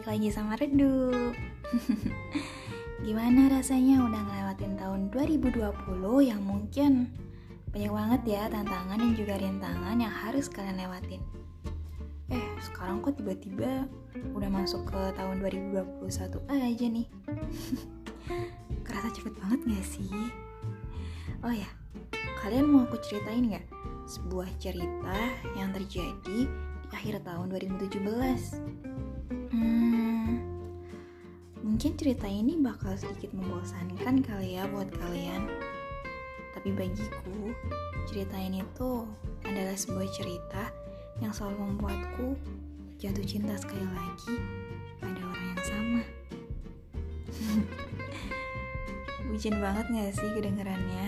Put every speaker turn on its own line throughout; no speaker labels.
balik lagi sama Redup. Gimana rasanya udah ngelewatin tahun 2020 yang mungkin banyak banget ya tantangan dan juga rintangan yang harus kalian lewatin. Sekarang kok tiba-tiba udah masuk ke tahun 2021 aja nih. Kerasa cepet banget gak sih? Oh ya, kalian mau aku ceritain gak sebuah cerita yang terjadi di akhir tahun 2017? Mungkin cerita ini bakal sedikit membosankan kali ya buat kalian. Tapi bagiku, cerita ini tuh adalah sebuah cerita yang selalu membuatku jatuh cinta sekali lagi pada orang yang sama. Bucin banget gak sih kedengerannya?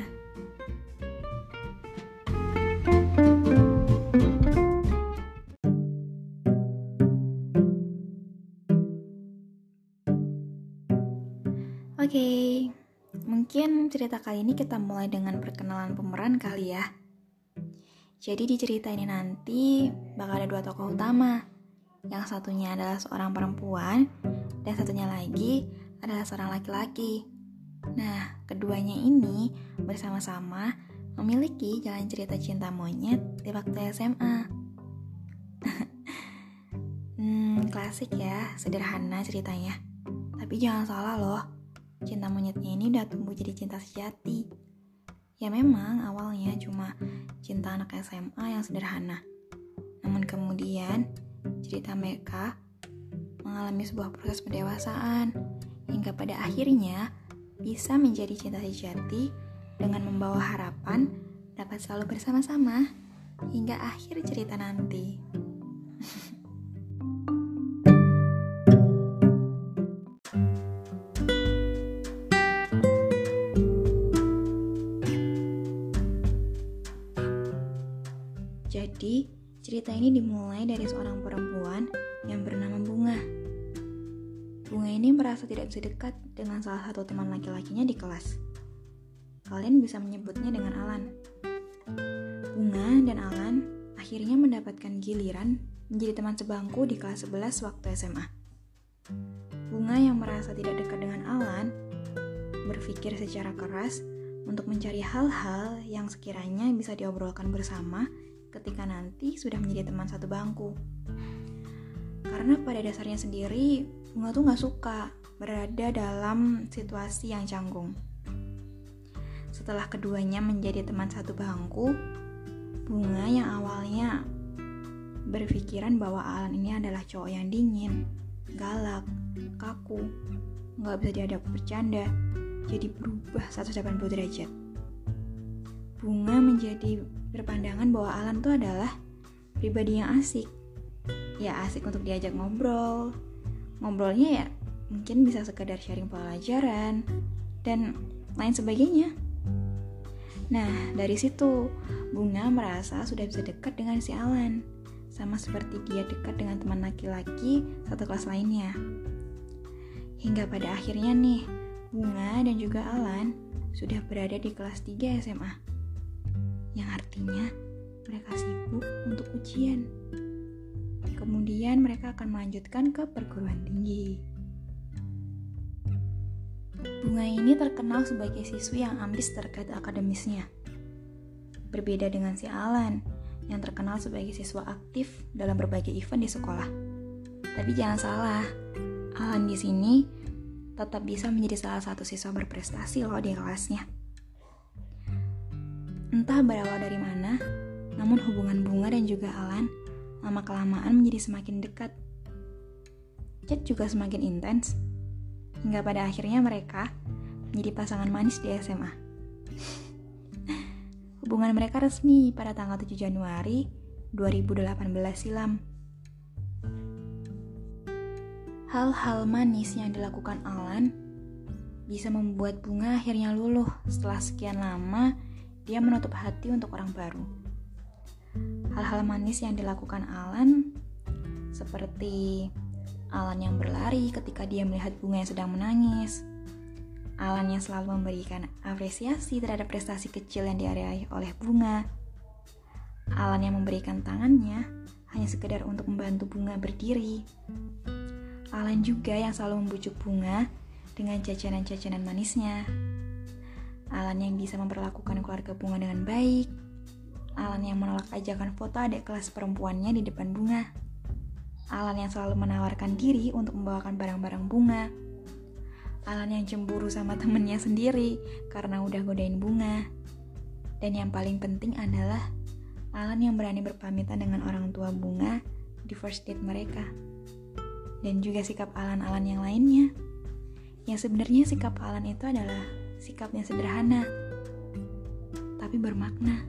Oke, mungkin cerita kali ini kita mulai dengan perkenalan pemeran kali ya. Jadi di cerita ini nanti bakal ada 2 tokoh utama. Yang satunya adalah seorang perempuan dan satunya lagi adalah seorang laki-laki. Nah, keduanya ini bersama-sama memiliki jalan cerita cinta monyet di waktu SMA. Klasik ya, sederhana ceritanya. Tapi jangan salah loh, cinta monyetnya ini udah tumbuh jadi cinta sejati. Ya memang awalnya cuma cinta anak SMA yang sederhana. Namun kemudian cerita mereka mengalami sebuah proses pendewasaan hingga pada akhirnya bisa menjadi cinta sejati dengan membawa harapan dapat selalu bersama-sama hingga akhir cerita nanti. Jadi, cerita ini dimulai dari seorang perempuan yang bernama Bunga. Bunga ini merasa tidak bisa dekat dengan salah satu teman laki-lakinya di kelas. Kalian bisa menyebutnya dengan Alan. Bunga dan Alan akhirnya mendapatkan giliran menjadi teman sebangku di kelas 11 waktu SMA. Bunga yang merasa tidak dekat dengan Alan berpikir secara keras untuk mencari hal-hal yang sekiranya bisa diobrolkan bersama ketika nanti sudah menjadi teman satu bangku. Karena pada dasarnya sendiri, Bunga tuh gak suka berada dalam situasi yang canggung. Setelah keduanya menjadi teman satu bangku, Bunga yang awalnya berpikiran bahwa Alan ini adalah cowok yang dingin, galak, kaku, gak bisa diajak bercanda, jadi berubah 180 derajat. Bunga menjadi berpandangan bahwa Alan tuh adalah pribadi yang asik. Ya asik untuk diajak ngobrol. Ngobrolnya ya mungkin bisa sekedar sharing pelajaran dan lain sebagainya. Nah, dari situ Bunga merasa sudah bisa dekat dengan si Alan, sama seperti dia dekat dengan teman laki-laki satu kelas lainnya. Hingga pada akhirnya nih, Bunga dan juga Alan sudah berada di kelas 3 SMA. Yang artinya mereka sibuk untuk ujian. Kemudian mereka akan melanjutkan ke perguruan tinggi. Bunga ini terkenal sebagai siswi yang ambis terkait akademisnya. Berbeda dengan si Alan yang terkenal sebagai siswa aktif dalam berbagai event di sekolah. Tapi jangan salah, Alan di sini tetap bisa menjadi salah satu siswa berprestasi loh di kelasnya. Entah berawal dari mana, namun hubungan Bunga dan juga Alan lama-kelamaan menjadi semakin dekat. Chat juga semakin intens, hingga pada akhirnya mereka menjadi pasangan manis di SMA. Hubungan mereka resmi pada tanggal 7 Januari 2018 silam. Hal-hal manis yang dilakukan Alan bisa membuat Bunga akhirnya luluh setelah sekian lama dia menutup hati untuk orang baru. Hal-hal manis yang dilakukan Alan seperti Alan yang berlari ketika dia melihat Bunga yang sedang menangis. Alan yang selalu memberikan apresiasi terhadap prestasi kecil yang diraih oleh Bunga. Alan yang memberikan tangannya hanya sekedar untuk membantu Bunga berdiri. Alan juga yang selalu membujuk bunga dengan jajanan-jajanan manisnya. Alan yang bisa memperlakukan keluarga bunga dengan baik. Alan yang menolak ajakan foto adik kelas perempuannya di depan bunga. Alan yang selalu menawarkan diri untuk membawakan barang-barang bunga. Alan yang cemburu sama temennya sendiri karena udah godain bunga. Dan yang paling penting adalah Alan yang berani berpamitan dengan orang tua bunga di first date mereka. Dan juga sikap Alan-Alan yang lainnya. Yang sebenarnya sikap Alan itu adalah sikapnya sederhana, tapi bermakna.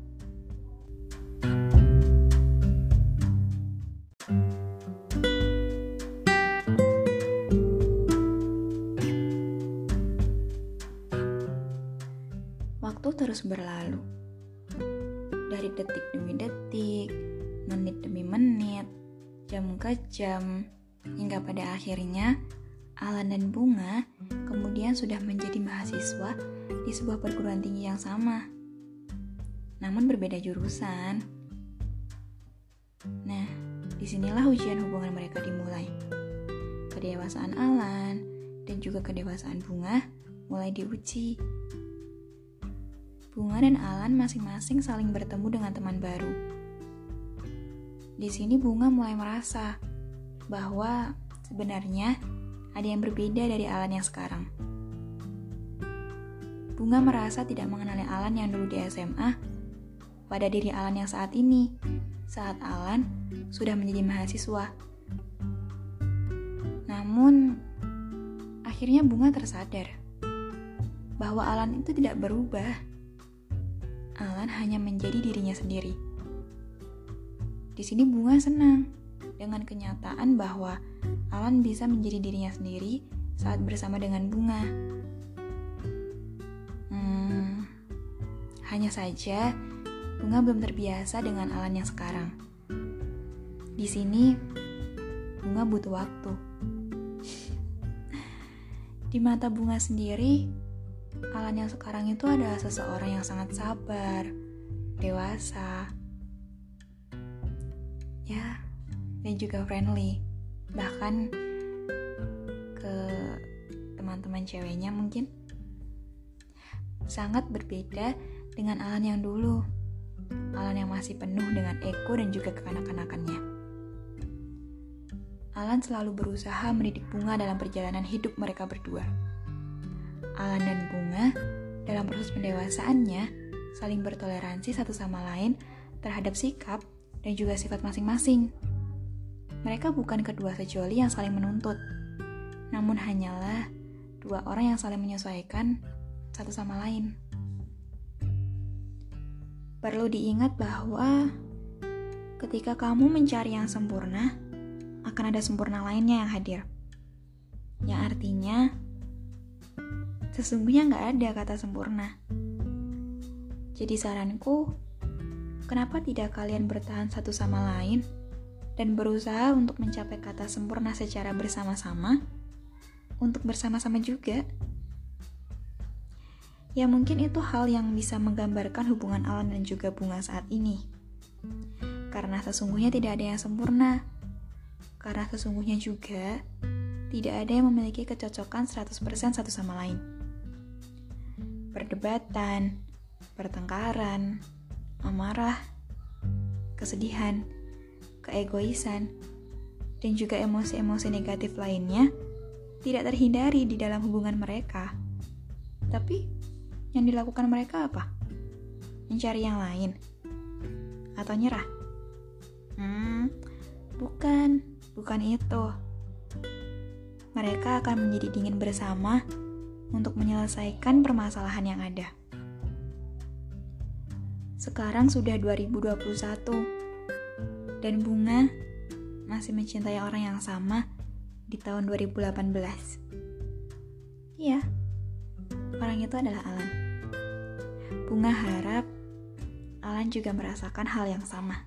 Waktu terus berlalu. Dari detik demi detik, menit demi menit, jam ke jam, hingga pada akhirnya Alan dan Bunga kemudian sudah menjadi mahasiswa di sebuah perguruan tinggi yang sama, namun berbeda jurusan. Nah, disinilah ujian hubungan mereka dimulai. Kedewasaan Alan dan juga kedewasaan Bunga mulai diuji. Bunga dan Alan masing-masing saling bertemu dengan teman baru. Di sini Bunga mulai merasa bahwa sebenarnya ada yang berbeda dari Alan yang sekarang. Bunga merasa tidak mengenali Alan yang dulu di SMA pada diri Alan yang saat ini, saat Alan sudah menjadi mahasiswa. Namun, akhirnya Bunga tersadar bahwa Alan itu tidak berubah. Alan hanya menjadi dirinya sendiri. Di sini Bunga senang dengan kenyataan bahwa Alan bisa menjadi dirinya sendiri saat bersama dengan Bunga. Hanya saja Bunga belum terbiasa dengan Alan yang sekarang. Di sini Bunga butuh waktu. Di mata Bunga sendiri, Alan yang sekarang itu adalah seseorang yang sangat sabar, dewasa, ya, dan juga friendly. Bahkan ke teman-teman ceweknya mungkin. Sangat berbeda dengan Alan yang dulu. Alan yang masih penuh dengan ego dan juga kekanak-kanakannya. Alan selalu berusaha mendidik Bunga dalam perjalanan hidup mereka berdua. Alan dan Bunga dalam proses pendewasaannya saling bertoleransi satu sama lain terhadap sikap dan juga sifat masing-masing. Mereka bukan kedua sejoli yang saling menuntut, namun hanyalah dua orang yang saling menyesuaikan satu sama lain. Perlu diingat bahwa ketika kamu mencari yang sempurna, akan ada sempurna lainnya yang hadir. Yang artinya, sesungguhnya nggak ada kata sempurna. Jadi saranku, kenapa tidak kalian bertahan satu sama lain dan berusaha untuk mencapai kata sempurna secara bersama-sama, untuk bersama-sama juga? Ya mungkin itu hal yang bisa menggambarkan hubungan Alan dan juga Bunga saat ini. Karena sesungguhnya tidak ada yang sempurna. Karena sesungguhnya juga tidak ada yang memiliki kecocokan 100% satu sama lain. Perdebatan, pertengkaran, amarah, kesedihan, keegoisan, dan juga emosi-emosi negatif lainnya tidak terhindari di dalam hubungan mereka. Tapi, yang dilakukan mereka apa? Mencari yang lain? Atau nyerah? Bukan itu. Mereka akan menjadi dingin bersama untuk menyelesaikan permasalahan yang ada. Sekarang sudah 2021, dan Bunga masih mencintai orang yang sama di tahun 2018. Iya, orang itu adalah Alan. Bunga harap Alan juga merasakan hal yang sama.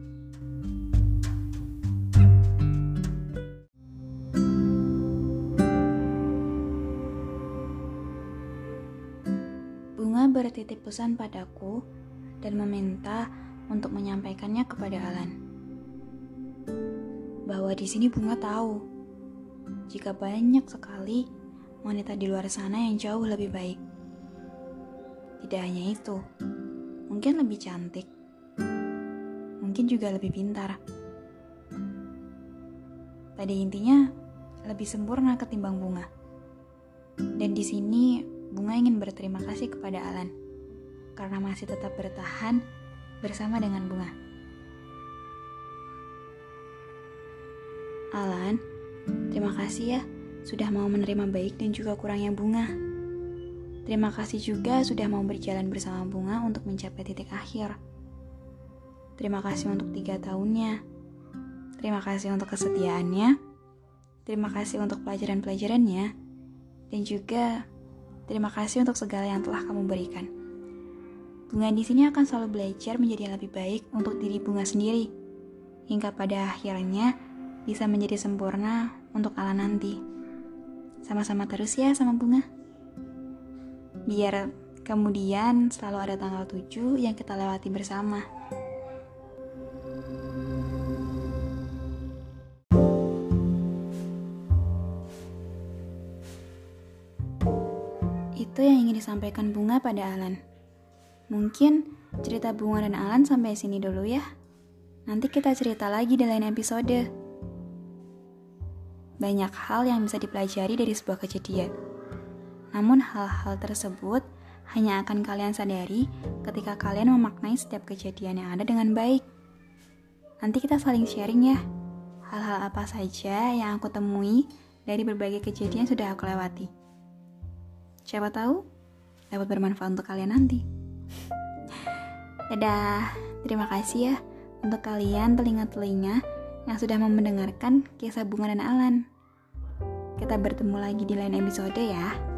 Bunga bertitip pesan padaku dan meminta untuk menyampaikannya kepada Alan. Bahwa di sini Bunga tahu jika banyak sekali wanita di luar sana yang jauh lebih baik. Tidak hanya itu, mungkin lebih cantik, mungkin juga lebih pintar. Pada intinya, lebih sempurna ketimbang bunga. Dan di sini, bunga ingin berterima kasih kepada Alan, karena masih tetap bertahan bersama dengan bunga. Alan, terima kasih ya, sudah mau menerima baik dan juga kurangnya bunga. Terima kasih juga sudah mau berjalan bersama bunga untuk mencapai titik akhir. Terima kasih untuk 3 tahunnya. Terima kasih untuk kesetiaannya. Terima kasih untuk pelajaran-pelajarannya. Dan juga terima kasih untuk segala yang telah kamu berikan. Bunga di sini akan selalu belajar menjadi lebih baik untuk diri bunga sendiri, hingga pada akhirnya bisa menjadi sempurna untuk Alan nanti. Sama-sama terus ya sama bunga. Biar kemudian selalu ada tanggal 7 yang kita lewati bersama. Itu yang ingin disampaikan bunga pada Alan. Mungkin cerita bunga dan Alan sampai sini dulu ya. Nanti kita cerita lagi di lain episode. Banyak hal yang bisa dipelajari dari sebuah kejadian. Namun hal-hal tersebut hanya akan kalian sadari ketika kalian memaknai setiap kejadian yang ada dengan baik. Nanti kita saling sharing ya. Hal-hal apa saja yang aku temui dari berbagai kejadian yang sudah aku lewati. Siapa tahu dapat bermanfaat untuk kalian nanti. Dadah, terima kasih ya untuk kalian telinga-telinga yang sudah mau mendengarkan kisah bunga dan Alan. Kita bertemu lagi di lain episode ya.